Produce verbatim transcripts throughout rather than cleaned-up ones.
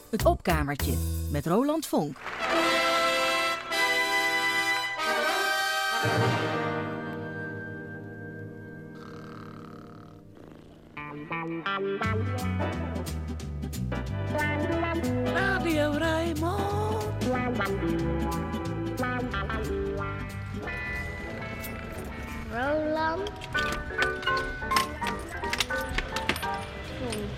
Het opkamertje met Roland Vonk. Radio Rijnmond. Roland Vonk.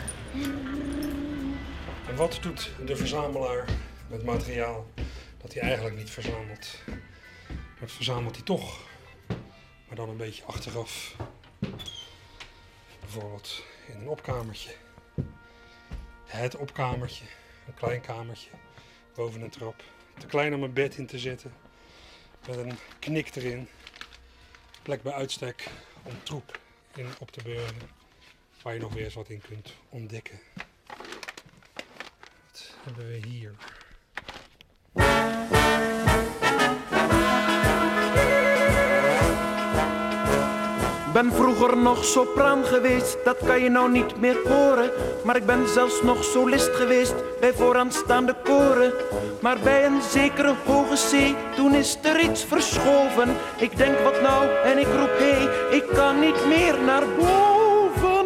En wat doet de verzamelaar met materiaal dat hij eigenlijk niet verzamelt? Dat verzamelt hij toch, maar dan een beetje achteraf. Bijvoorbeeld in een opkamertje. Het opkamertje, een klein kamertje boven een trap. Te klein om een bed in te zetten, met een knik erin. Plek bij uitstek om troep in op te beuren, waar je nog weer eens wat in kunt ontdekken. Wat hebben we hier? Ben vroeger nog sopraan geweest, dat kan je nou niet meer horen. Maar ik ben zelfs nog solist geweest bij vooraanstaande koren. Maar bij een zekere hoge C, toen is er iets verschoven. Ik denk wat nou en ik roep hé, hey, ik kan niet meer naar boven.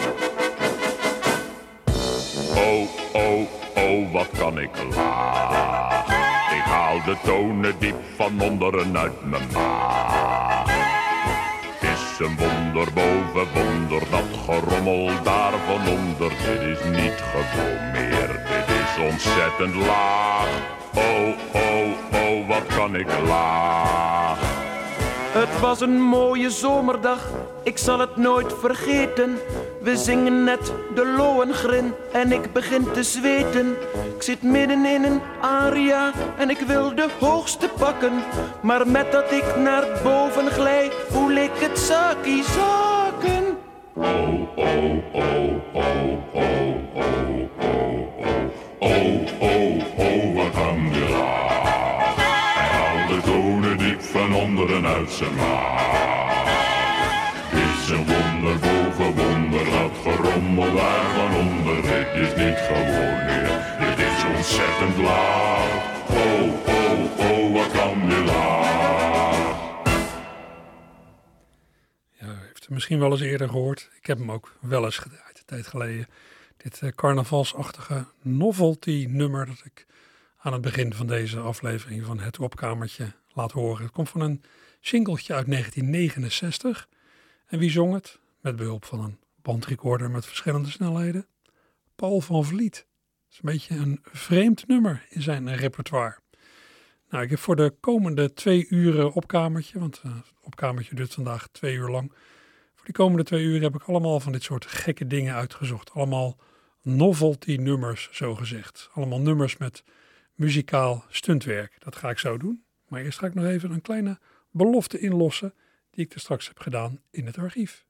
Oh, oh, oh, wat kan ik laag. Ik haal de tonen diep van onderen uit mijn maag. Een wonder boven wonder, dat gerommel daar van onder. Dit is niet gewoon meer, dit is ontzettend laag. Oh, oh, oh, wat kan ik laag. Het was een mooie zomerdag, ik zal het nooit vergeten. We zingen net de Lohengrin en ik begin te zweten. Ik zit midden in een aria en ik wil de hoogste pakken. Maar met dat ik naar boven glij, voel ik het zakie zaken. Oh, oh, oh, oh, oh, oh, oh, oh. Oh, oh, oh, wat kan die laag. Hij haalt de tonen diep van onderen uit zijn maag. Is een wonder boven wonder, dat gerommel daar van onder. Dit is niet gewoon meer, dit is ontzettend laag. Oh, oh, oh, wat kan die laag. Ja, u heeft het misschien wel eens eerder gehoord. Ik heb hem ook wel eens gedraaid, een tijd geleden. Dit uh, carnavalsachtige novelty nummer dat ik aan het begin van deze aflevering van Het Opkamertje laat horen. Het komt van een singeltje uit negentien negenenzestig. En wie zong het? Met behulp van een bandrecorder met verschillende snelheden. Paul van Vliet. Dat is een beetje een vreemd nummer in zijn repertoire. Nou, ik heb voor de komende twee uren opkamertje, want uh, het opkamertje duurt vandaag twee uur lang. Voor die komende twee uur heb ik allemaal van dit soort gekke dingen uitgezocht. Allemaal novelty nummers, zo gezegd. Allemaal nummers met muzikaal stuntwerk. Dat ga ik zo doen. Maar eerst ga ik nog even een kleine belofte inlossen die ik er straks heb gedaan in het archief.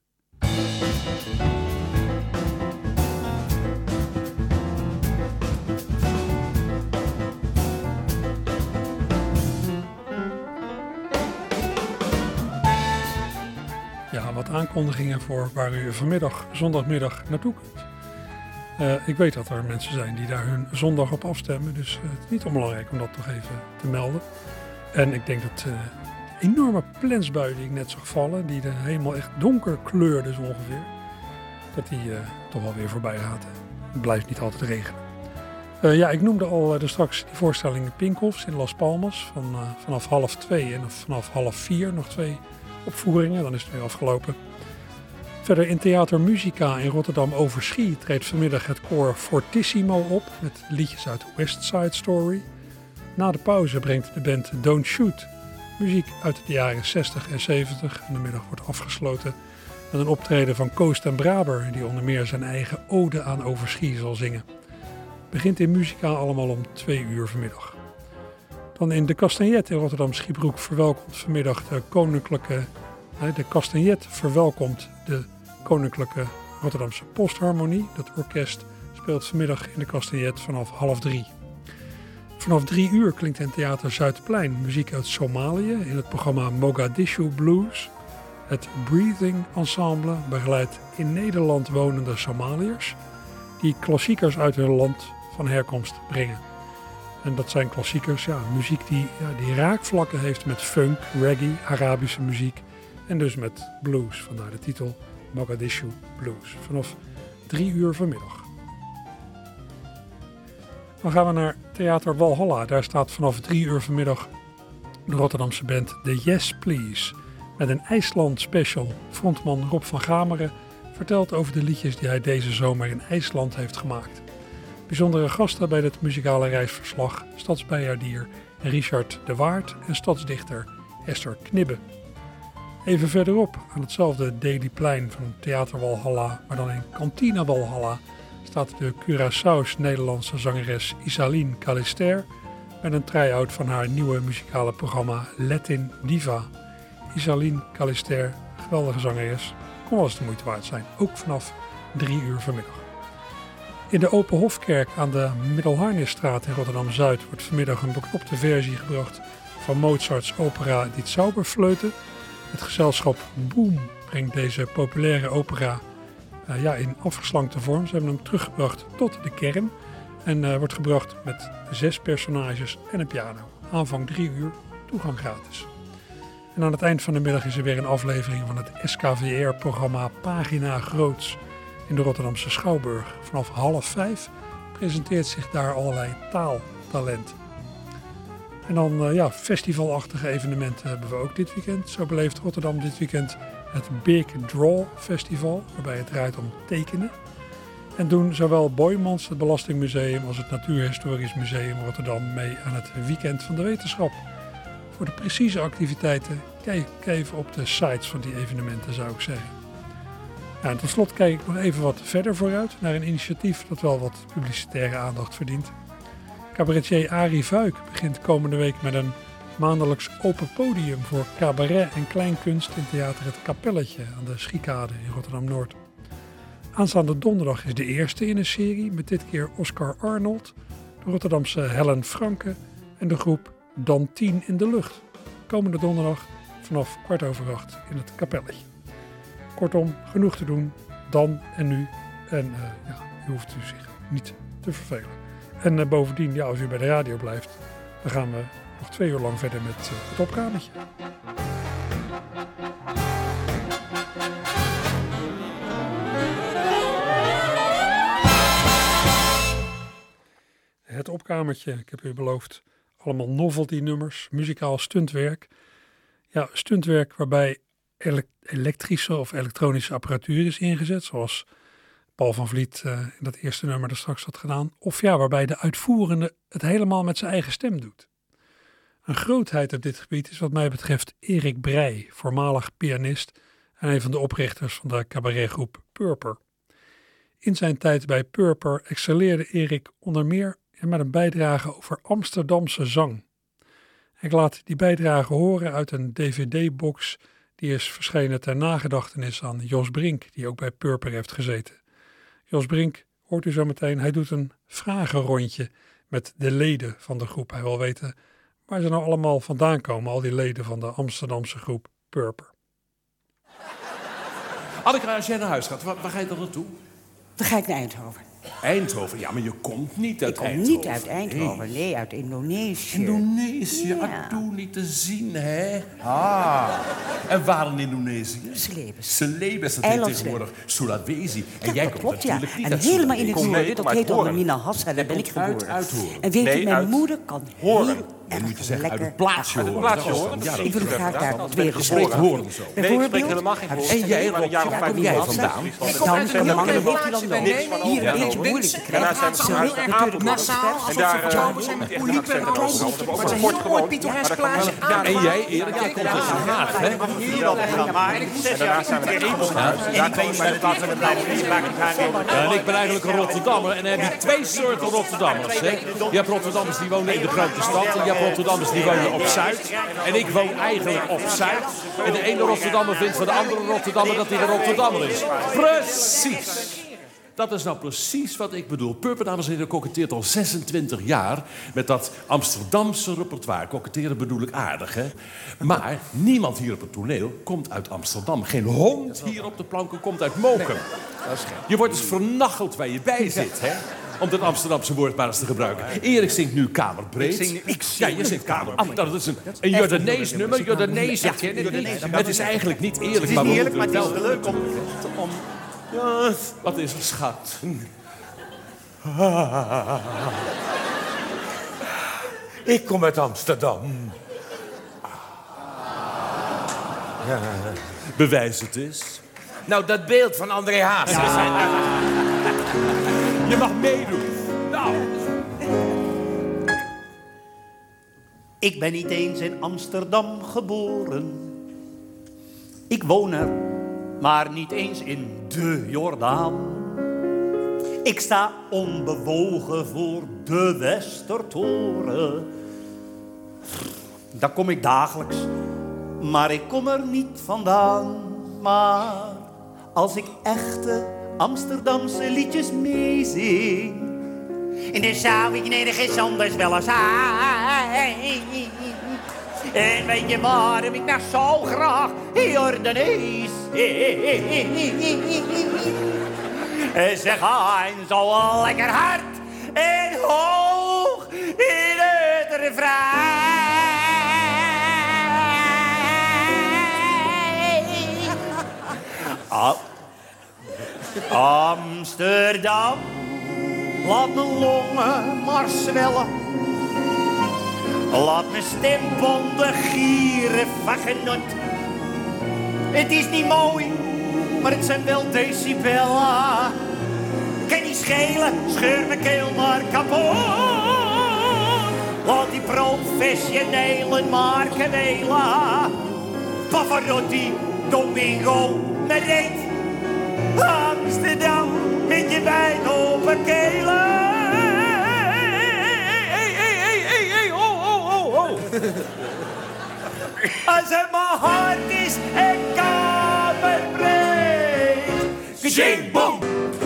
Ja, wat aankondigingen voor waar u vanmiddag, zondagmiddag naartoe kunt. Uh, ik weet dat er mensen zijn die daar hun zondag op afstemmen, dus uh, het is niet onbelangrijk om dat toch even te melden. En ik denk dat uh, de enorme plensbui die ik net zag vallen, die de hemel echt donker kleurde zo ongeveer, dat die uh, toch wel weer voorbij gaat. Het blijft niet altijd regenen. Uh, ja, ik noemde al uh, dus straks die voorstelling Pinkhofs in Las Palmas van, uh, vanaf half twee en vanaf half vier nog twee opvoeringen, dan is het weer afgelopen. Verder in Theater Musica in Rotterdam Overschie treedt vanmiddag het koor Fortissimo op met liedjes uit West Side Story. Na de pauze brengt de band Don't Shoot muziek uit de jaren zestig en zeventig en de middag wordt afgesloten met een optreden van Koos ten Braber die onder meer zijn eigen ode aan Overschie zal zingen. Het begint in Musica allemaal om twee uur vanmiddag. Dan in de Castagnet in Rotterdam Schiebroek verwelkomt vanmiddag de koninklijke... De Castagnet verwelkomt de Koninklijke Rotterdamse Postharmonie. Dat orkest speelt vanmiddag in de Castagnet vanaf half drie. Vanaf drie uur klinkt in Theater Zuidplein muziek uit Somalië in het programma Mogadishu Blues. Het Breathing Ensemble begeleidt in Nederland wonende Somaliërs die klassiekers uit hun land van herkomst brengen. En dat zijn klassiekers, ja, muziek die, ja, die raakvlakken heeft met funk, reggae, Arabische muziek en dus met blues. Vandaar de titel Mogadishu Blues. Vanaf drie uur vanmiddag. Dan gaan we naar Theater Walhalla. Daar staat vanaf drie uur vanmiddag de Rotterdamse band The Yes Please. Met een IJsland special. Frontman Rob van Gameren vertelt over de liedjes die hij deze zomer in IJsland heeft gemaakt. Bijzondere gasten bij het muzikale reisverslag stadsbijaardier Richard de Waard en stadsdichter Esther Knibbe. Even verderop, aan hetzelfde Dailyplein van Theater Walhalla, maar dan in Kantine Walhalla, staat de Curaçao's-Nederlandse zangeres Isaline Calister met een try-out van haar nieuwe muzikale programma Latin Diva. Isaline Calister, geweldige zangeres, kon wel eens de moeite waard zijn, ook vanaf drie uur vanmiddag. In de Open Hofkerk aan de Middelharnisstraat in Rotterdam-Zuid wordt vanmiddag een beknopte versie gebracht van Mozarts opera Die Zauberflöte. Het gezelschap Boom brengt deze populaire opera uh, ja, in afgeslankte vorm. Ze hebben hem teruggebracht tot de kern en uh, wordt gebracht met zes personages en een piano. Aanvang drie uur, toegang gratis. En aan het eind van de middag is er weer een aflevering van het S K V R-programma Pagina Groots in de Rotterdamse Schouwburg. Vanaf half vijf presenteert zich daar allerlei taaltalent. En dan uh, ja, festivalachtige evenementen hebben we ook dit weekend. Zo beleeft Rotterdam dit weekend het Big Draw Festival, waarbij het draait om tekenen. En doen zowel Boijmans, het Belastingmuseum, als het Natuurhistorisch Museum Rotterdam mee aan het Weekend van de Wetenschap. Voor de precieze activiteiten kijk even op de sites van die evenementen, zou ik zeggen. Ja, en tot slot kijk ik nog even wat verder vooruit naar een initiatief dat wel wat publicitaire aandacht verdient. Cabaretier Arie Vuik begint komende week met een maandelijks open podium voor cabaret en kleinkunst in theater Het Kapelletje aan de Schiekade in Rotterdam-Noord. Aanstaande donderdag is de eerste in een serie met dit keer Oscar Arnold, de Rotterdamse Helen Franke en de groep Dan tien in de lucht. Komende donderdag vanaf kwart over acht in Het Kapelletje. Kortom, genoeg te doen, dan en nu. En uh, ja, u hoeft u zich niet te vervelen. En uh, bovendien, ja, als u bij de radio blijft, dan gaan we nog twee uur lang verder met uh, het opkamertje. Het opkamertje, ik heb u beloofd, allemaal novelty nummers, muzikaal stuntwerk. Ja, stuntwerk waarbij elektrische of elektronische apparatuur is ingezet, zoals Paul van Vliet uh, in dat eerste nummer er straks had gedaan. Of ja, waarbij de uitvoerende het helemaal met zijn eigen stem doet. Een grootheid op dit gebied is wat mij betreft Erik Breij, voormalig pianist en een van de oprichters van de cabaretgroep Purper. In zijn tijd bij Purper excelleerde Erik onder meer met een bijdrage over Amsterdamse zang. Ik laat die bijdrage horen uit een D V D-box die is verschenen ter nagedachtenis aan Jos Brink, die ook bij Purper heeft gezeten. Jos Brink, hoort u zo meteen, hij doet een vragenrondje met de leden van de groep. Hij wil weten waar ze nou allemaal vandaan komen, al die leden van de Amsterdamse groep Purper. Anneke, als jij naar huis gaat, waar, waar ga je dan naartoe? Dan ga ik naar Eindhoven. Eindhoven? Ja, maar je komt niet uit ik kom Eindhoven. niet uit Eindhoven, nee, nee uit Indonesië. Indonesië? Ja. Adoe, niet te zien, hè? Ah. En waar in Indonesië? Celebes. Celebes, dat heet tegenwoordig Sulawesi. En Ja, jij dat komt klopt, ja. natuurlijk niet En uit helemaal in het Sulawesi. noorden, dat heet onder Minahassa, daar ben ik geboren. Uit, uit En weet nee, je, mijn uit moeder kan horen. heel Je moet je erg zeggen, uit lekker... het plaatsje horen. plaatsje horen. Ja, Ik wil graag daar wat weer gesproken gezegd. horen zo. Nee, ik spreek helemaal geen woord. En jij, Rob, Ja, waar kom jij vandaan? Dan heeft u dan nodig. Hier een beetje moeilijk te krijgen. Sorry, natuurlijk Nasaal, En daar En jij, Erik, jij komt uit Den Haag, hè? En daarna zijn we weer Eemshuis. Ja, ik weet maar de plaats en dan blijven we niet maken. Ja, en ik ben eigenlijk een Rotterdammer. En dan heb je twee soorten Rotterdammers, hè? Je hebt Rotterdammers die wonen in de grote stad. En je hebt Rotterdammers die wonen op Zuid. En ik woon eigenlijk op Zuid. En de ene Rotterdammer vindt van de andere Rotterdammer dat hij een Rotterdammer is. Precies. Dat is nou precies wat ik bedoel. Purper, dames en heren, koketteert al zesentwintig jaar met dat Amsterdamse repertoire. Koketteren bedoel ik aardig, hè? Maar niemand hier op het toneel komt uit Amsterdam. Geen hond hier op de planken komt uit Mokum. Je wordt dus vernacheld waar je bij zit, hè? om dat Amsterdamse woord maar eens te gebruiken. Erik zingt nu kamerbreed. Ik zing, ik zing ja, je zingt kamerbreed. Oh, dat is een, een Jordanees nummer. Jordanees, ja, ken het niet. Het is eigenlijk niet eerlijk, Het is maar niet we eerlijk, maar moeten het is wel leuk om... om Ja, wat is er, schat? Ik kom uit Amsterdam. Ja. Bewijs het eens. Nou, dat beeld van André Haas. Ja. Je mag meedoen. Nou. Ik ben niet eens in Amsterdam geboren. Ik woon er, maar niet eens in de Jordaan. Ik sta onbewogen voor de Westertoren. Daar kom ik dagelijks, maar ik kom er niet vandaan. Maar als ik echte Amsterdamse liedjes meezing, en dan zou ik nergens anders willen zijn. En weet je waarom ik nou zo graag Jordanees en ze gaan zo lekker hard en hoog in het refrein. Amsterdam, laat mijn longen maar zwellen. Laat mijn stembanden gieren van genot. Het is niet mooi, maar het zijn wel decibellen. Kan niet schelen, scheur mijn keel maar kapot. Laat die professionelen maar kanelen. Pavarotti, Domingo, met reet. Amsterdam, met je wijd open kelen. Als het mijn hart is en kamerbreed. Zing, boom!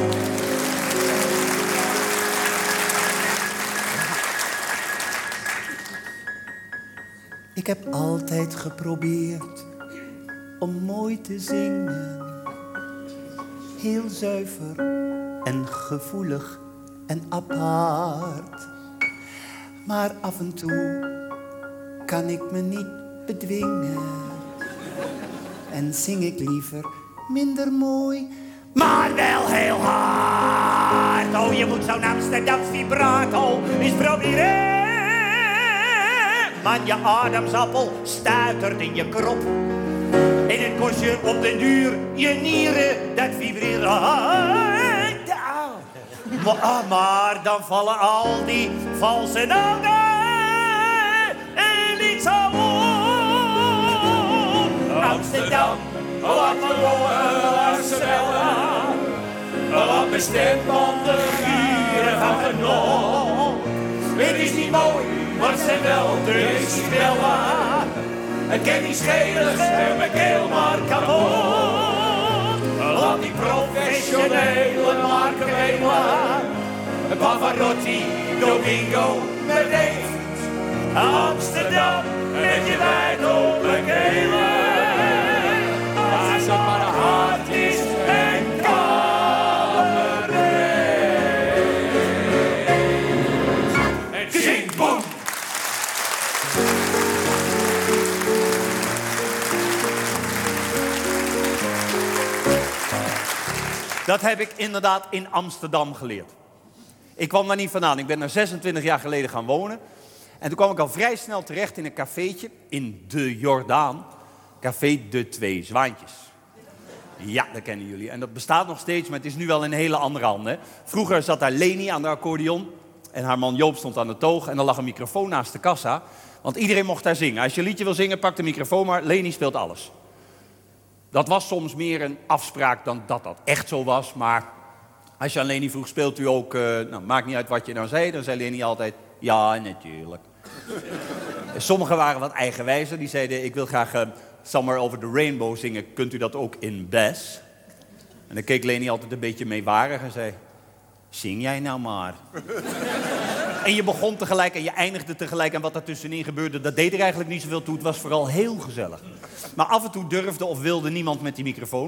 Ik heb altijd geprobeerd om mooi te zingen. Heel zuiver en gevoelig en apart. Maar af en toe kan ik me niet bedwingen. En zing ik liever minder mooi, maar wel heel hard. Oh, je moet zo'n Amsterdam vibrato eens proberen. Man, je ademsappel stuitert in je krop. En het kost je op de duur je nieren dat vibreren. Maar, maar dan vallen al die valse noten en niet zo op. Amsterdam, laat me longen zwellen. Laat mijn stembanden gieren van genot. Het is niet mooi, maar het zijn wel decibellen. Het kan niet schelen, scheur mijn keel maar kapot. Laat die professionelen maar kwelen. Pavarotti, Domingo, met reet. Amsterdam, met je wijd open kelen. Als het maar hard is en kamerbreed. En zing, boem! Dat heb ik inderdaad in Amsterdam geleerd. Ik kwam daar niet vandaan. Ik ben daar zesentwintig jaar geleden gaan wonen. En toen kwam ik al vrij snel terecht in een cafeetje in de Jordaan. Café De Twee Zwaantjes. Ja, dat kennen jullie. En dat bestaat nog steeds, maar het is nu wel in hele andere handen. Vroeger zat daar Leni aan de accordeon. En haar man Joop stond aan de toog. En er lag een microfoon naast de kassa. Want iedereen mocht daar zingen. Als je een liedje wil zingen, pak de microfoon maar. Leni speelt alles. Dat was soms meer een afspraak dan dat dat echt zo was. Maar als je aan Leni vroeg, speelt u ook... Uh, nou, maakt niet uit wat je dan zei. Dan zei Leni altijd, ja, natuurlijk. Sommigen waren wat eigenwijzer. Die zeiden, ik wil graag uh, Somewhere Over the Rainbow zingen. Kunt u dat ook in bass? En dan keek Leni altijd een beetje meewarig en zei... Zing jij nou maar. En je begon tegelijk en je eindigde tegelijk. En wat er tussenin gebeurde, dat deed er eigenlijk niet zoveel toe. Het was vooral heel gezellig. Maar af en toe durfde of wilde niemand met die microfoon.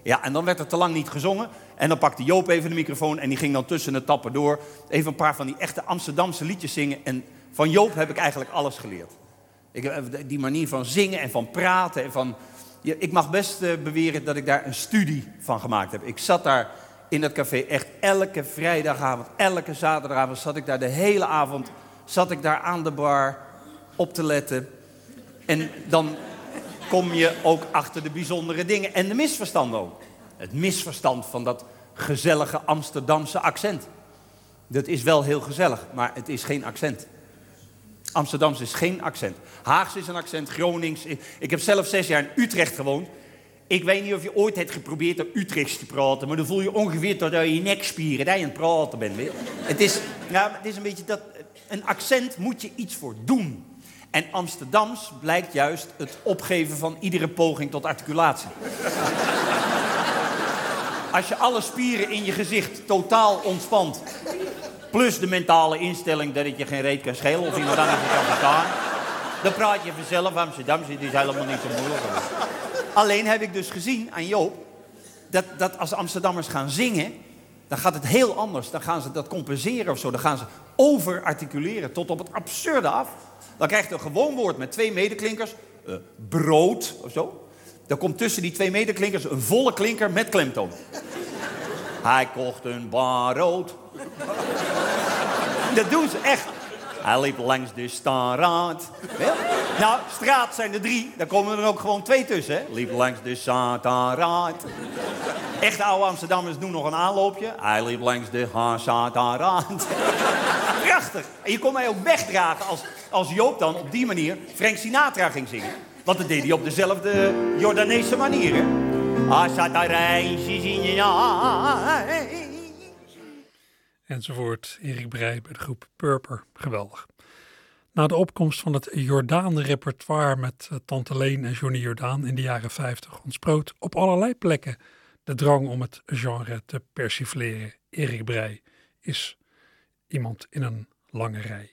Ja, en dan werd er te lang niet gezongen. En dan pakte Joop even de microfoon en die ging dan tussen de tappen door. Even een paar van die echte Amsterdamse liedjes zingen. En van Joop heb ik eigenlijk alles geleerd. Ik heb die manier van zingen en van praten. En van, ja, ik mag best uh, beweren dat ik daar een studie van gemaakt heb. Ik zat daar in dat café echt elke vrijdagavond, elke zaterdagavond... zat ik daar de hele avond, zat ik daar aan de bar op te letten. En dan kom je ook achter de bijzondere dingen. En de misverstanden ook. Het misverstand van dat gezellige Amsterdamse accent. Dat is wel heel gezellig, maar het is geen accent. Amsterdams is geen accent. Haags is een accent, Gronings. Ik heb zelf zes jaar in Utrecht gewoond. Ik weet niet of je ooit hebt geprobeerd om Utrechts te praten, maar dan voel je ongeveer tot uit je nekspieren dat je aan het praten bent. Weet je? Het is, ja, het is een beetje dat... Een accent moet je iets voor doen. En Amsterdams blijkt juist het opgeven van iedere poging tot articulatie. Als je alle spieren in je gezicht totaal ontspant, plus de mentale instelling dat het je geen reet kan schelen of iemand anders kan verstaan, dan praat je vanzelf Amsterdams. Het is helemaal niet zo moeilijk. Alleen heb ik dus gezien aan Joop dat, dat als Amsterdammers gaan zingen, dan gaat het heel anders. Dan gaan ze dat compenseren of zo. Dan gaan ze overarticuleren tot op het absurde af. Dan krijg je een gewoon woord met twee medeklinkers. Uh, brood of zo. Dan komt tussen die twee medeklinkers een volle klinker met klemtoon. Hij kocht een bar rood. Dat doen ze echt. Hij liep langs de straat. Ja? Nou, straat zijn er drie. Daar komen er ook gewoon twee tussen. Hè? Liep langs de straat. Echte oude Amsterdammers doen nog een aanloopje. Hij liep langs de straat. Prachtig. En je kon mij ook wegdragen als, als Joop dan op die manier Frank Sinatra ging zingen. Want dat deed hij op dezelfde Jordaanese manier. Hè? Enzovoort. Erik Breij bij de groep Purper. Geweldig. Na de opkomst van het Jordaan-repertoire met uh, Tante Leen en Johnny Jordaan in de jaren vijftig ontsproot op allerlei plekken de drang om het genre te persifleren. Erik Breij is iemand in een lange rij.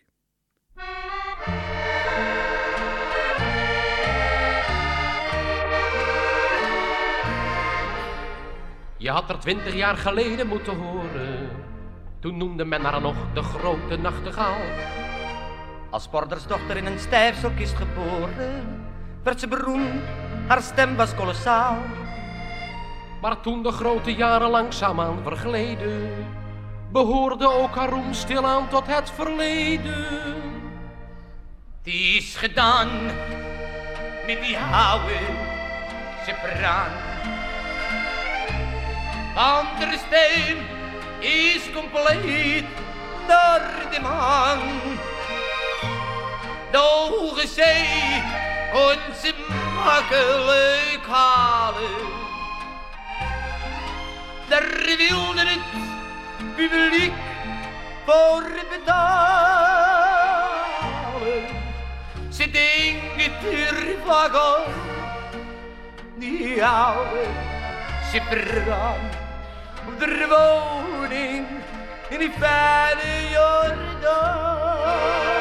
Je had er twintig jaar geleden moeten horen. Toen noemde men haar nog de grote nachtegaal. Als bordersdochter in een stijfstok is geboren, werd ze beroemd, haar stem was kolossaal. Maar toen de grote jaren langzaamaan vergleden, behoorde ook haar roem stilaan tot het verleden. Het is gedaan met die oude sopraan. Want de stem is compleet door de maan. De hoge zee kon ze makkelijk halen. Daar wilde het publiek voor betalen. Ze denkt er vaak om, die oude sopraan. Op de woning in die fijne Jordaan.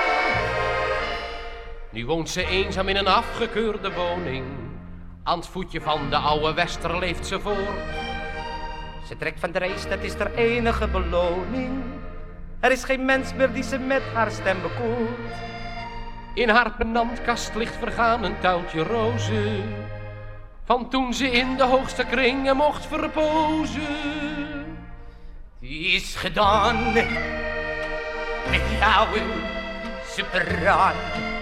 Nu woont ze eenzaam in een afgekeurde woning. Aan het voetje van de oude Wester leeft ze voor. Ze trekt van de reis, dat is haar enige beloning. Er is geen mens meer die ze met haar stem bekoort. In haar penantkast ligt vergaan een tuiltje rozen. Van toen ze in de hoogste kringen mocht verpozen. Het is gedaan met die oude sopraan.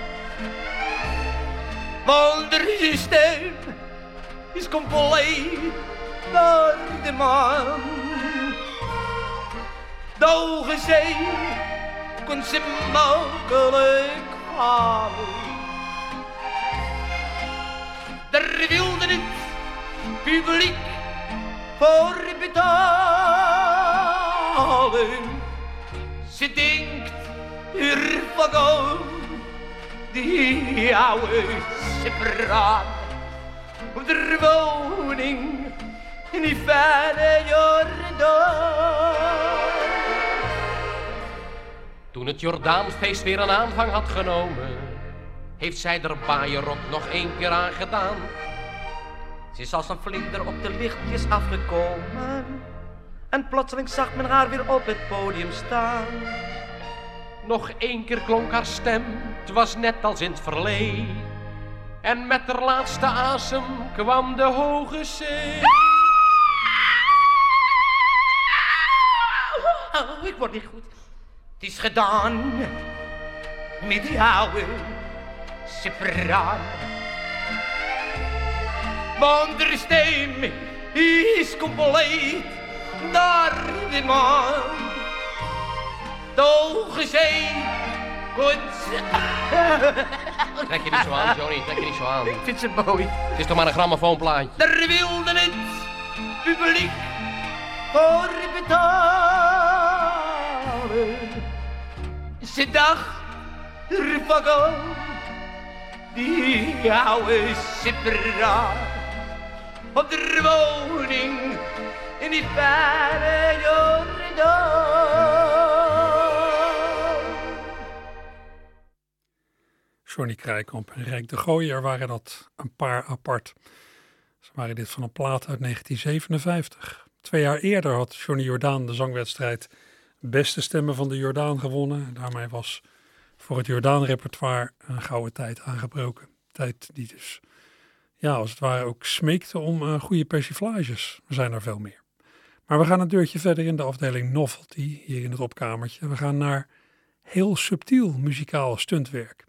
Want de stem is compleet door de maan. De hoge zee kon ze makkelijk halen. Daar wilde het publiek voor betalen. Ze denkt er van om, die oude sopraan. Op de woning in die fijne Jordaan. Toen het Jordaanfeest weer een aanvang had genomen, heeft zij er baaierrok nog één keer aan gedaan. Ze is als een vlinder op de lichtjes afgekomen. En plotseling zag men haar weer op het podium staan. Nog één keer klonk haar stem, het was net als in het verleden. En met haar laatste asem kwam de hoge zee. Oh, ik word niet goed. Het is gedaan met die oude sopraan. Want de stem is compleet naar de maan. De hoge zee komt. Trek je niet zo aan, Johnny, trek je niet zo aan. Ik vind ze mooi. Het is toch maar een grammofoonplaatje. Daar wilde het publiek voor betalen. Ze dacht er van die oude sopraan op de woning in die verre Jordaan. Johnny Krijkamp en Rijk de Gooier waren dat een paar apart. Ze waren dit van een plaat uit negentien zevenenvijftig. Twee jaar eerder had Johnny Jordaan de zangwedstrijd Beste Stemmen van de Jordaan gewonnen. En daarmee was voor het Jordaan-repertoire een gouden tijd aangebroken. Tijd die dus, ja, als het ware ook smeekte om uh, goede persiflages. Er zijn er veel meer. Maar we gaan een deurtje verder in de afdeling Novelty, hier in het opkamertje. We gaan naar heel subtiel muzikaal stuntwerk.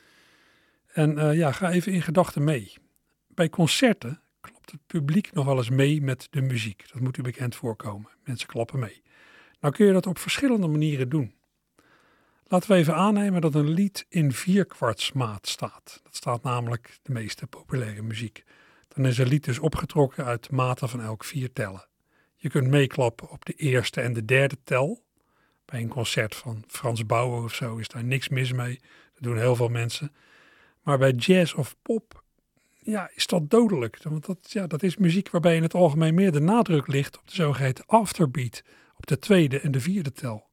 En uh, ja, ga even in gedachten mee. Bij concerten klapt het publiek nog wel eens mee met de muziek. Dat moet u bekend voorkomen. Mensen klappen mee. Nou kun je dat op verschillende manieren doen. Laten we even aannemen dat een lied in vierkwartsmaat staat. Dat staat namelijk de meeste populaire muziek. Dan is een lied dus opgetrokken uit maten van elk vier tellen. Je kunt meeklappen op de eerste en de derde tel. Bij een concert van Frans Bauer of zo is daar niks mis mee. Dat doen heel veel mensen. Maar bij jazz of pop, ja, is dat dodelijk. Want dat, ja, dat is muziek waarbij in het algemeen meer de nadruk ligt op de zogeheten afterbeat. Op de tweede en de vierde tel.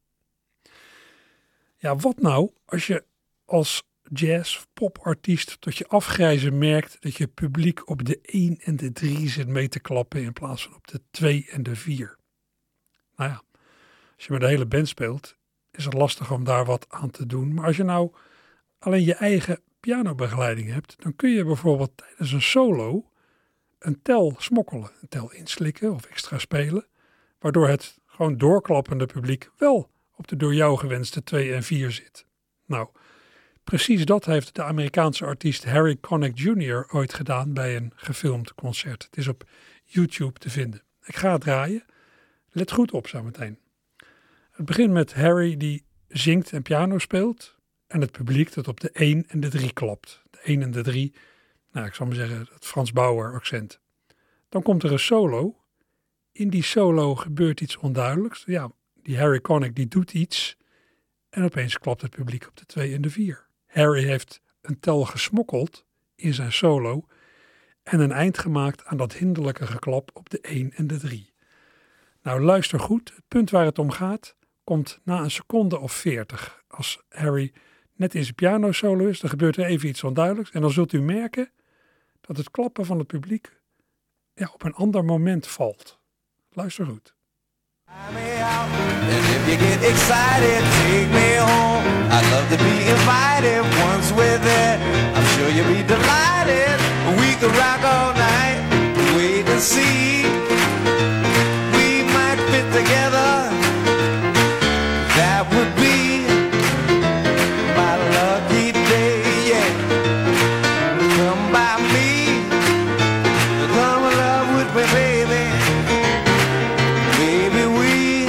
Ja, wat nou als je als jazz- of popartiest tot je afgrijzen merkt dat je publiek op de één en de drie zit mee te klappen in plaats van op de twee en de vier. Nou ja, als je met de hele band speelt, is het lastig om daar wat aan te doen. Maar als je nou alleen je eigen pianobegeleiding hebt, dan kun je bijvoorbeeld tijdens een solo een tel smokkelen, een tel inslikken of extra spelen, waardoor het gewoon doorklappende publiek wel op de door jou gewenste twee en vier zit. Nou, precies dat heeft de Amerikaanse artiest Harry Connick junior ooit gedaan bij een gefilmd concert. Het is op YouTube te vinden. Ik ga het draaien. Let goed op zometeen. Het begint met Harry die zingt en piano speelt en het publiek dat op de één en de drie klapt. De één en de drie, nou ik zal maar zeggen het Frans Bauer accent. Dan komt er een solo. In die solo gebeurt iets onduidelijks. Ja, die Harry Connick die doet iets en opeens klapt het publiek op de twee en de vier. Harry heeft een tel gesmokkeld in zijn solo en een eind gemaakt aan dat hinderlijke geklap op de één en de drie. Nou, luister goed. Het punt waar het om gaat komt na een seconde of veertig. Als Harry net in zijn piano solo is, dan gebeurt er even iets onduidelijks en dan zult u merken dat het klappen van het publiek ja, op een ander moment valt. Luister goed. And if you get excited, take me home. I'd love to be invited once we're there. I'm sure you'll be delighted. We could rock all night, wait and see. We might fit together. That would be my lucky day, yeah. Come by me, come in love with me, baby. Baby, we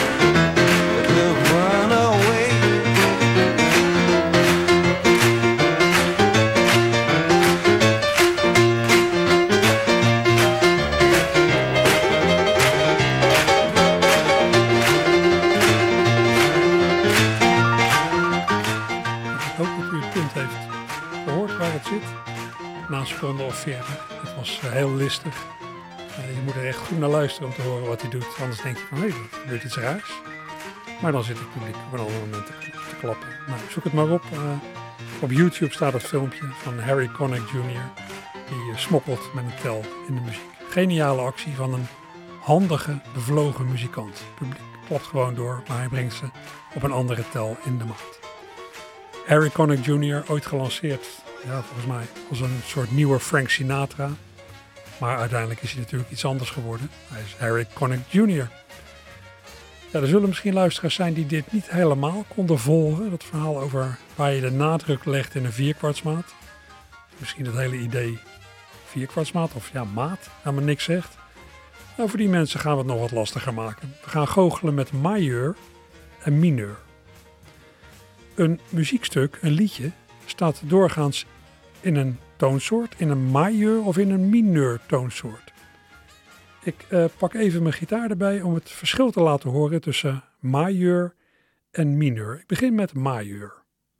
could run away. Ik hoop dat u het punt heeft gehoord waar het zit. Na een seconde of veertig. Het was uh, heel listig. Uh, je moet er echt goed naar luisteren om te horen wat hij doet. Anders denk je van, hé, hey, er gebeurt iets raars. Maar dan zit het publiek op een ander moment te, te klappen. Nou, zoek het maar op. Uh, op YouTube staat het filmpje van Harry Connick junior die uh, smokkelt met een tel in de muziek. Geniale actie van een handige, bevlogen muzikant. Het publiek klopt gewoon door, maar hij brengt ze op een andere tel in de maat. Harry Connick junior, ooit gelanceerd, ja, volgens mij als een soort nieuwe Frank Sinatra. Maar uiteindelijk is hij natuurlijk iets anders geworden. Hij is Harry Connick junior Ja, er zullen misschien luisteraars zijn die dit niet helemaal konden volgen. Dat verhaal over waar je de nadruk legt in een vierkwartsmaat. Misschien het hele idee vierkwartsmaat of ja, maat, helemaal niks zegt. Nou, voor die mensen gaan we het nog wat lastiger maken. We gaan goochelen met majeur en mineur. Een muziekstuk, een liedje, staat doorgaans in een toonsoort, in een majeur of in een mineur toonsoort. Ik uh, pak even mijn gitaar erbij om het verschil te laten horen tussen majeur en mineur. Ik begin met majeur.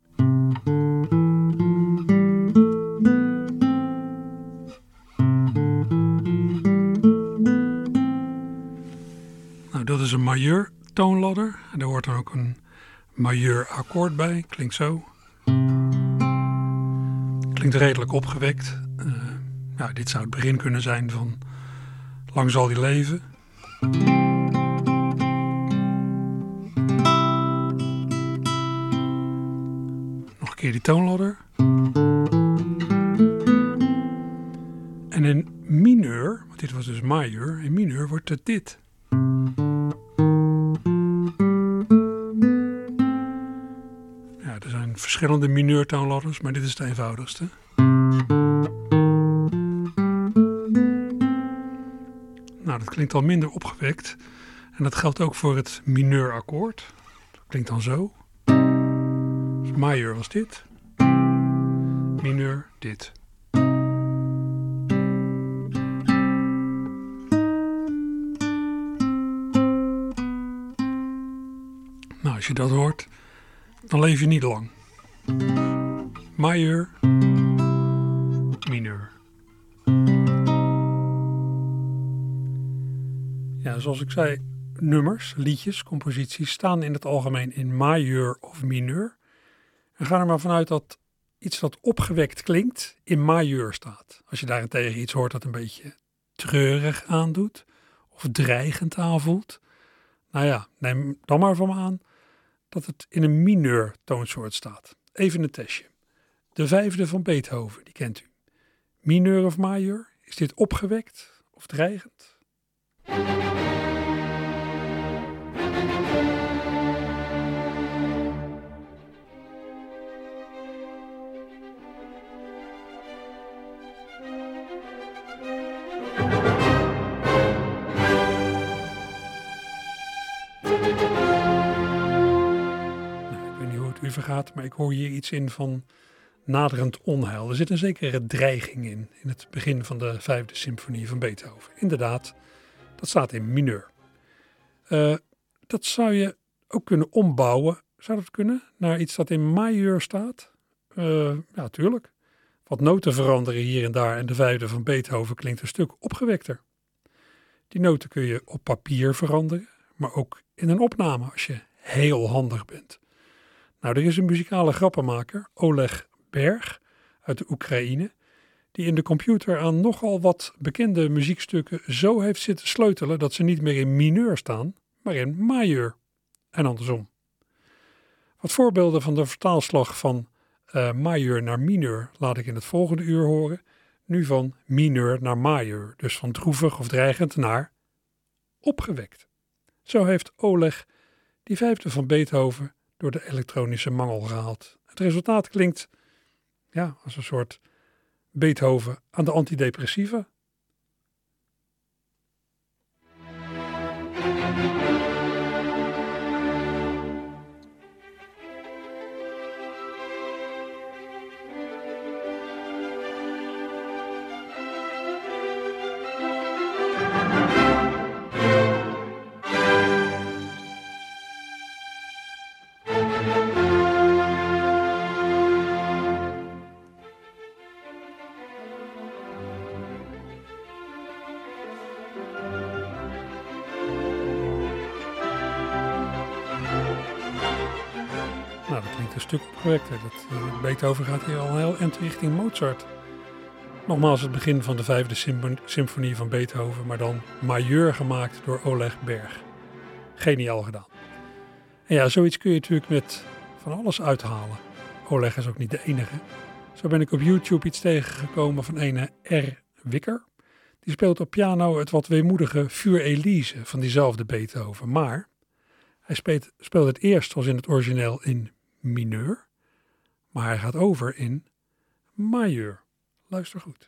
Nou, dat is een majeur toonladder. En daar hoort dan ook een majeur akkoord bij. Klinkt zo. Klinkt redelijk opgewekt. Uh, nou, dit zou het begin kunnen zijn van Lang zal die leven. Nog een keer die toonladder. En in mineur, want dit was dus majeur, in mineur wordt het dit. Ja, er zijn verschillende mineurtoonladders, maar dit is de eenvoudigste. Nou, dat klinkt al minder opgewekt. En dat geldt ook voor het mineurakkoord. Dat klinkt dan zo. Dus majeur was dit. Mineur dit. Nou, als je dat hoort, dan leef je niet lang. Majeur, mineur. Ja, zoals ik zei, nummers, liedjes, composities staan in het algemeen in majeur of mineur. En ga er maar vanuit dat iets dat opgewekt klinkt in majeur staat. Als je daarentegen iets hoort dat een beetje treurig aandoet of dreigend aanvoelt. Nou ja, neem dan maar van me aan dat het in een mineur toonsoort staat. Even een testje. De vijfde van Beethoven, die kent u. Mineur of majeur? Is dit opgewekt of dreigend? Vergaat, maar ik hoor hier iets in van naderend onheil. Er zit een zekere dreiging in, in het begin van de vijfde symfonie van Beethoven. Inderdaad, dat staat in mineur. Uh, dat zou je ook kunnen ombouwen, zou dat kunnen, naar iets dat in majeur staat? Uh, ja, tuurlijk. Wat noten veranderen hier en daar en de vijfde van Beethoven klinkt een stuk opgewekter. Die noten kun je op papier veranderen, maar ook in een opname als je heel handig bent. Nou, er is een muzikale grappenmaker, Oleg Berg, uit de Oekraïne, die in de computer aan nogal wat bekende muziekstukken zo heeft zitten sleutelen dat ze niet meer in mineur staan, maar in majeur. En andersom. Wat voorbeelden van de vertaalslag van uh, majeur naar mineur laat ik in het volgende uur horen. Nu van mineur naar majeur, dus van droevig of dreigend naar opgewekt. Zo heeft Oleg die vijfde van Beethoven door de elektronische mangel gehaald. Het resultaat klinkt ja, als een soort Beethoven aan de antidepressiva. Nou, dat klinkt een stuk opgewekter. Dat, uh, Beethoven gaat hier al heel eind richting Mozart. Nogmaals het begin van de vijfde symfo- symfonie van Beethoven, maar dan majeur gemaakt door Oleg Berg. Geniaal gedaan. En ja, zoiets kun je natuurlijk met van alles uithalen. Oleg is ook niet de enige. Zo ben ik op YouTube iets tegengekomen van een R. Wicker. Die speelt op piano het wat weemoedige Für Elise van diezelfde Beethoven. Maar hij speelt, speelt het eerst zoals in het origineel in mineur. Maar hij gaat over in majeur. Luister goed.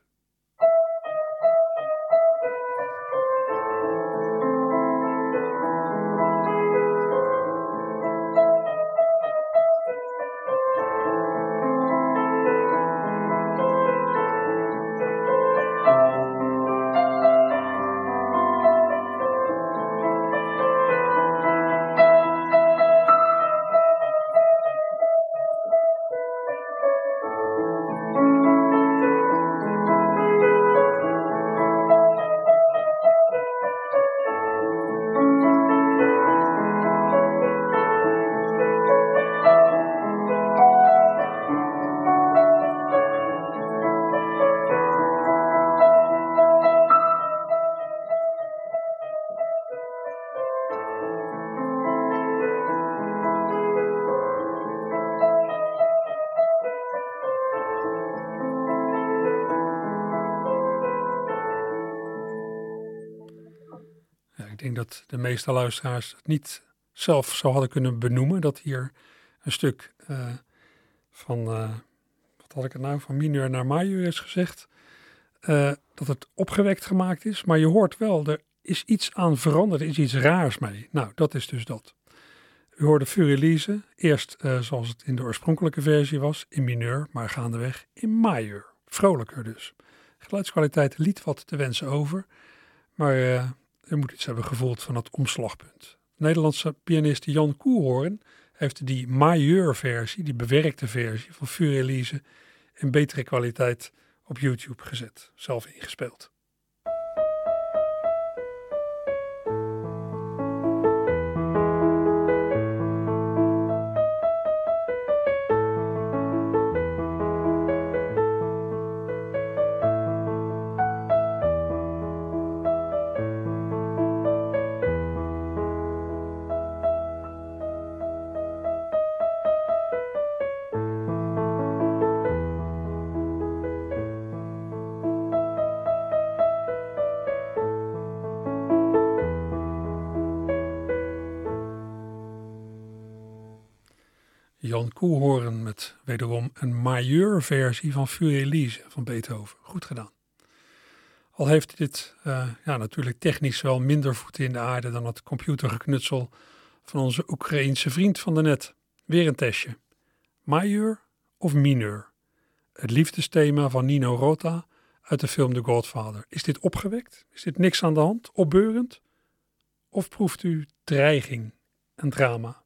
Ik denk dat de meeste luisteraars het niet zelf zo hadden kunnen benoemen. Dat hier een stuk uh, van, uh, wat had ik het nou, van mineur naar majeur is gezegd. Uh, dat het opgewekt gemaakt is. Maar je hoort wel, er is iets aan veranderd, er is iets raars mee. Nou, dat is dus dat. U hoorde Für Elise, eerst uh, zoals het in de oorspronkelijke versie was, in mineur, maar gaandeweg in majeur. Vrolijker dus. Geluidskwaliteit liet wat te wensen over, maar uh, u moet iets hebben gevoeld van het omslagpunt. De Nederlandse pianist Jan Koehoorn heeft die majeur-versie, die bewerkte versie van Für Elise in betere kwaliteit op YouTube gezet, zelf ingespeeld. Jan Koehoorn met wederom een majeur-versie van Für Elise van Beethoven. Goed gedaan. Al heeft dit uh, ja, natuurlijk technisch wel minder voeten in de aarde dan het computergeknutsel van onze Oekraïense vriend van de net. Weer een testje. Majeur of mineur? Het liefdesthema van Nino Rota uit de film The Godfather. Is dit opgewekt? Is dit niks aan de hand? Opbeurend? Of proeft u dreiging en drama?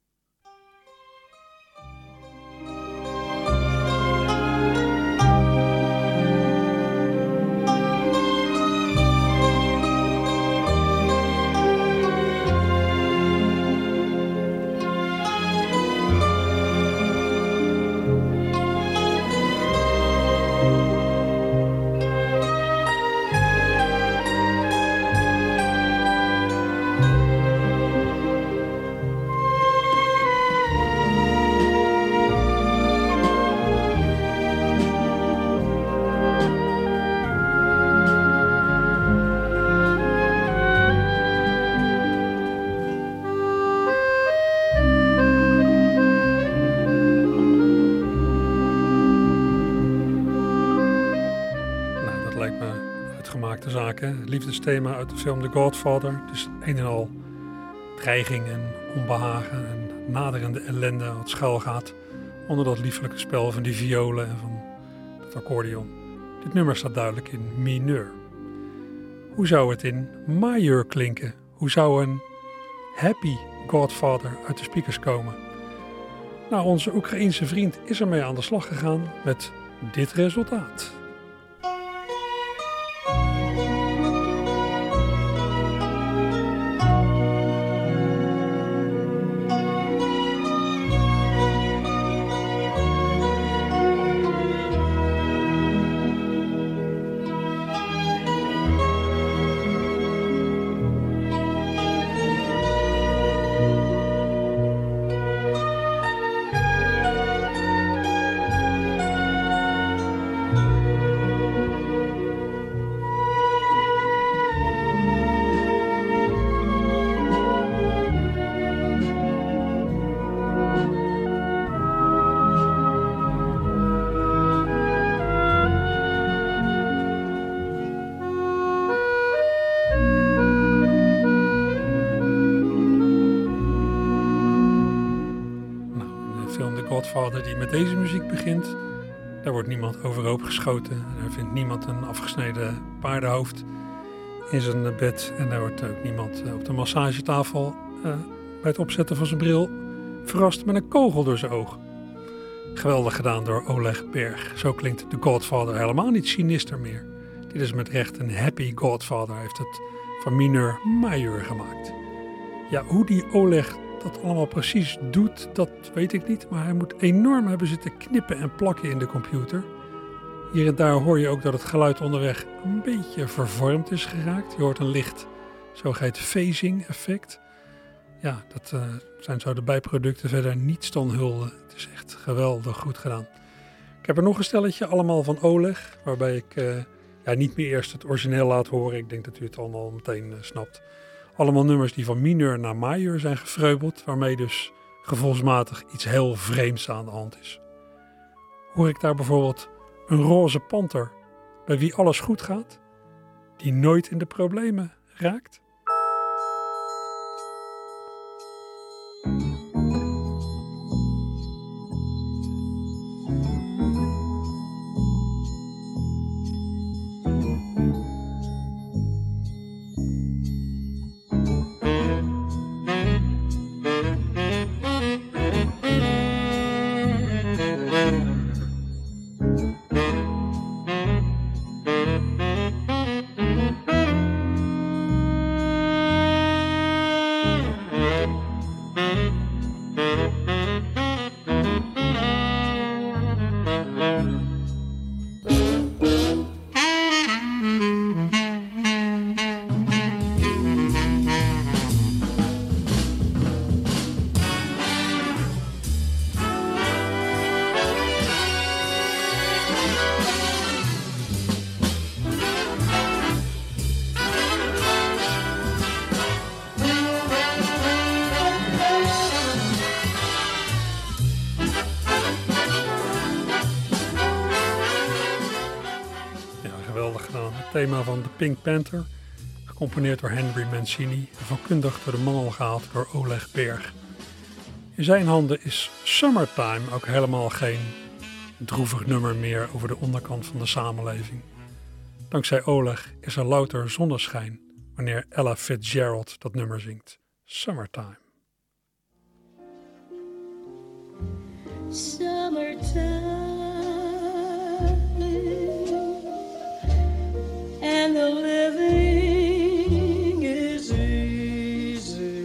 Het liefdesthema uit de film The Godfather. Dus een en al dreiging en onbehagen en naderende ellende wat schuil gaat onder dat liefelijke spel van die violen en van het accordeon. Dit nummer staat duidelijk in mineur. Hoe zou het in majeur klinken? Hoe zou een happy Godfather uit de speakers komen? Nou, onze Oekraïense vriend is ermee aan de slag gegaan met dit resultaat. Godfather die met deze muziek begint. Daar wordt niemand overhoop geschoten. Daar vindt niemand een afgesneden paardenhoofd in zijn bed. En daar wordt ook niemand op de massagetafel uh, bij het opzetten van zijn bril verrast met een kogel door zijn oog. Geweldig gedaan door Oleg Berg. Zo klinkt de Godfather helemaal niet sinister meer. Dit is met recht een happy Godfather. Hij heeft het van mineur majeur gemaakt. Ja, hoe die Oleg dat allemaal precies doet, dat weet ik niet. Maar hij moet enorm hebben zitten knippen en plakken in de computer. Hier en daar hoor je ook dat het geluid onderweg een beetje vervormd is geraakt. Je hoort een licht zogeheten phasing effect. Ja, dat uh, zijn zo de bijproducten, verder niets dan hulde. Het is echt geweldig goed gedaan. Ik heb er nog een stelletje, allemaal van Oleg, waarbij ik uh, ja, niet meer eerst het origineel laat horen. Ik denk dat u het allemaal meteen uh, snapt. Allemaal nummers die van mineur naar majeur zijn gefreubeld, waarmee dus gevoelsmatig iets heel vreemds aan de hand is. Hoor ik daar bijvoorbeeld een roze panter, bij wie alles goed gaat, die nooit in de problemen raakt? Thema van The Pink Panther, gecomponeerd door Henry Mancini en vakkundig door de mangel gehaald door Oleg Berg. In zijn handen is Summertime ook helemaal geen droevig nummer meer over de onderkant van de samenleving. Dankzij Oleg is er louter zonneschijn wanneer Ella Fitzgerald dat nummer zingt. Summertime. Summertime and the living is easy.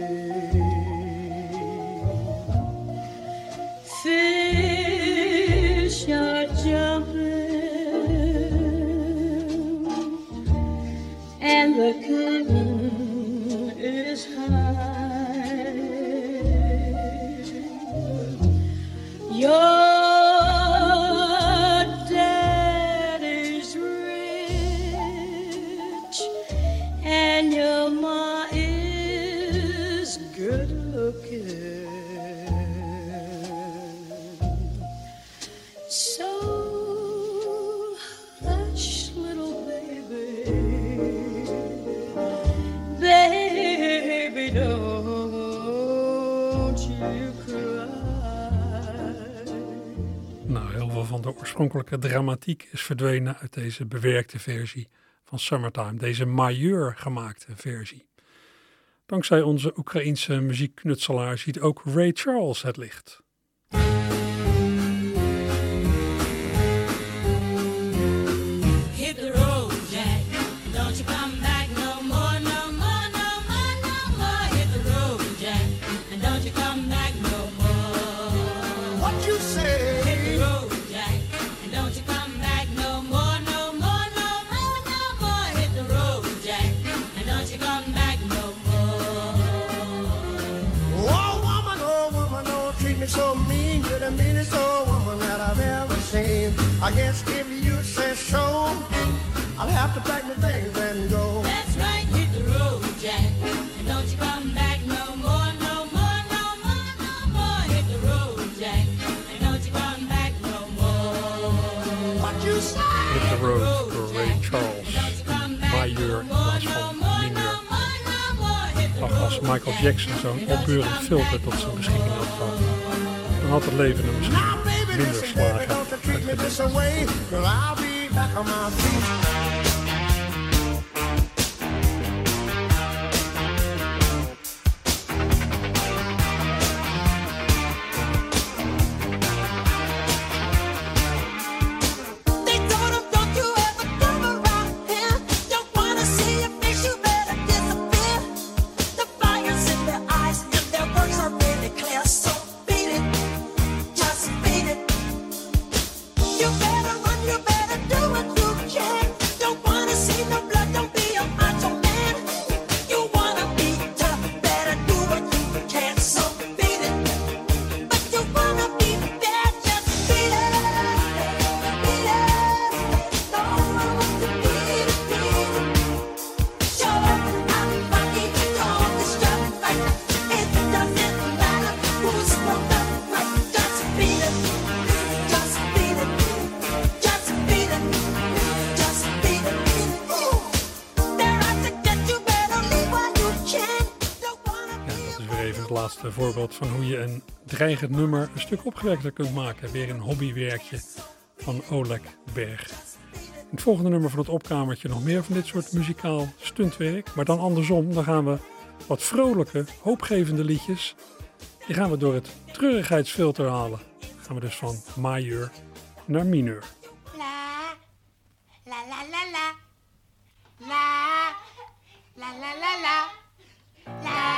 Fish are jumping and the cotton is high. Your and your ma is good looking. So hush, little baby, baby, don't you cry. Nou, heel veel van de oorspronkelijke dramatiek is verdwenen uit deze bewerkte versie van Summertime, deze majeur gemaakte versie. Dankzij onze Oekraïense muziekknutselaar ziet ook Ray Charles het licht. Hit the road, Jack. Don't you come back no more, no more, no more, no more. Hit the road, Jack. And don't you come back no more. What you say? Hit the road, Jack. And don't you come back no more, no more, no more, no more. Hit the road, Jack. And don't you come back no more. Oh woman, oh woman, don't treat me so mean. You're the meanest old woman that I've ever seen. I guess if you say so, I'll have to pack my things and go. That's right, hit the road, Jack. And don't you come back no more, no more, no more, no more. Hit the road, Jack. And don't you come back no more. What you say? Hit the road door Ray Charles. Majeur in plaats van mineur. Ach, als Michael Jackson zo'n opbeurend filter tot zijn beschikking had gehad, dan had het leven hem misschien minder slagen uitgedeeld. Het voorbeeld van hoe je een dreigend nummer een stuk opgewekter kunt maken. Weer een hobbywerkje van Oleg Berg. In het volgende nummer van het opkamertje nog meer van dit soort muzikaal stuntwerk. Maar dan andersom, dan gaan we wat vrolijke, hoopgevende liedjes. Die gaan we door het treurigheidsfilter halen. Dan gaan we dus van majeur naar mineur. La, la la la la. La, la la la la. La.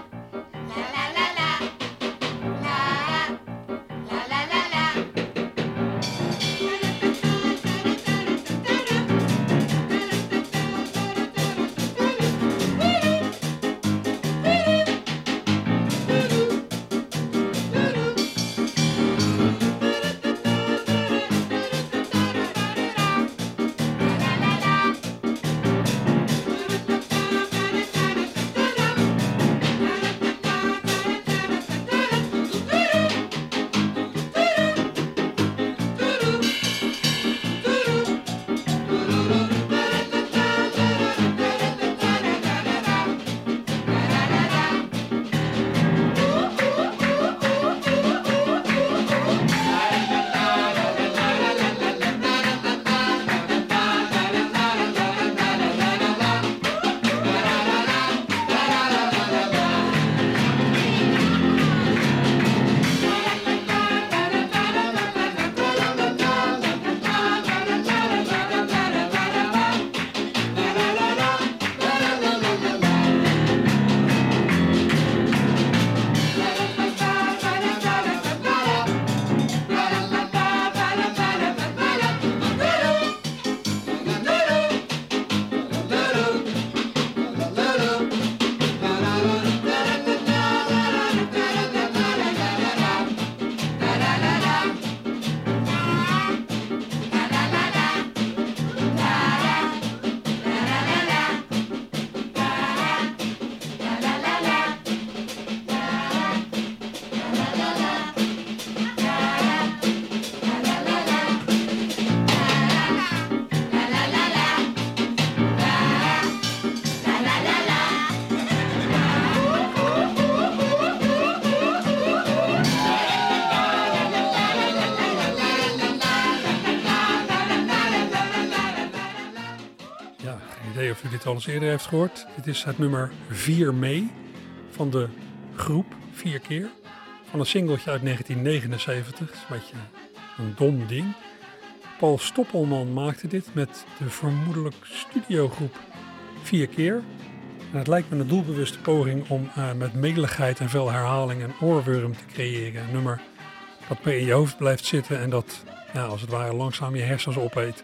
Of u dit al eens eerder heeft gehoord. Dit is het nummer vier mei van de groep Vier keer. Van een singeltje uit negentien negenenzeventig. Dat is een beetje een dom ding. Paul Stoppelman maakte dit met de vermoedelijk studiogroep Vier keer. En het lijkt me een doelbewuste poging om uh, met meligheid en veel herhaling een oorworm te creëren. Een nummer dat meer in je hoofd blijft zitten en dat ja, als het ware langzaam je hersens opeet.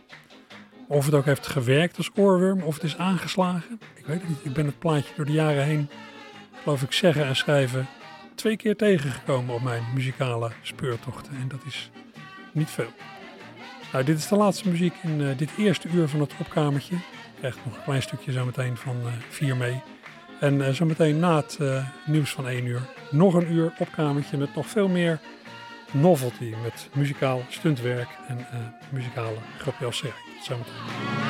Of het ook heeft gewerkt als oorworm of het is aangeslagen. Ik weet het niet. Ik ben het plaatje door de jaren heen, geloof ik, zeggen en schrijven twee keer tegengekomen op mijn muzikale speurtochten. En dat is niet veel. Nou, dit is de laatste muziek in uh, dit eerste uur van het opkamertje. Je krijgt nog een klein stukje zometeen van uh, vier mei. En uh, zometeen na het uh, nieuws van één uur nog een uur opkamertje met nog veel meer novelty. Met muzikaal stuntwerk en uh, muzikale grapjasserij. Tot zometeen.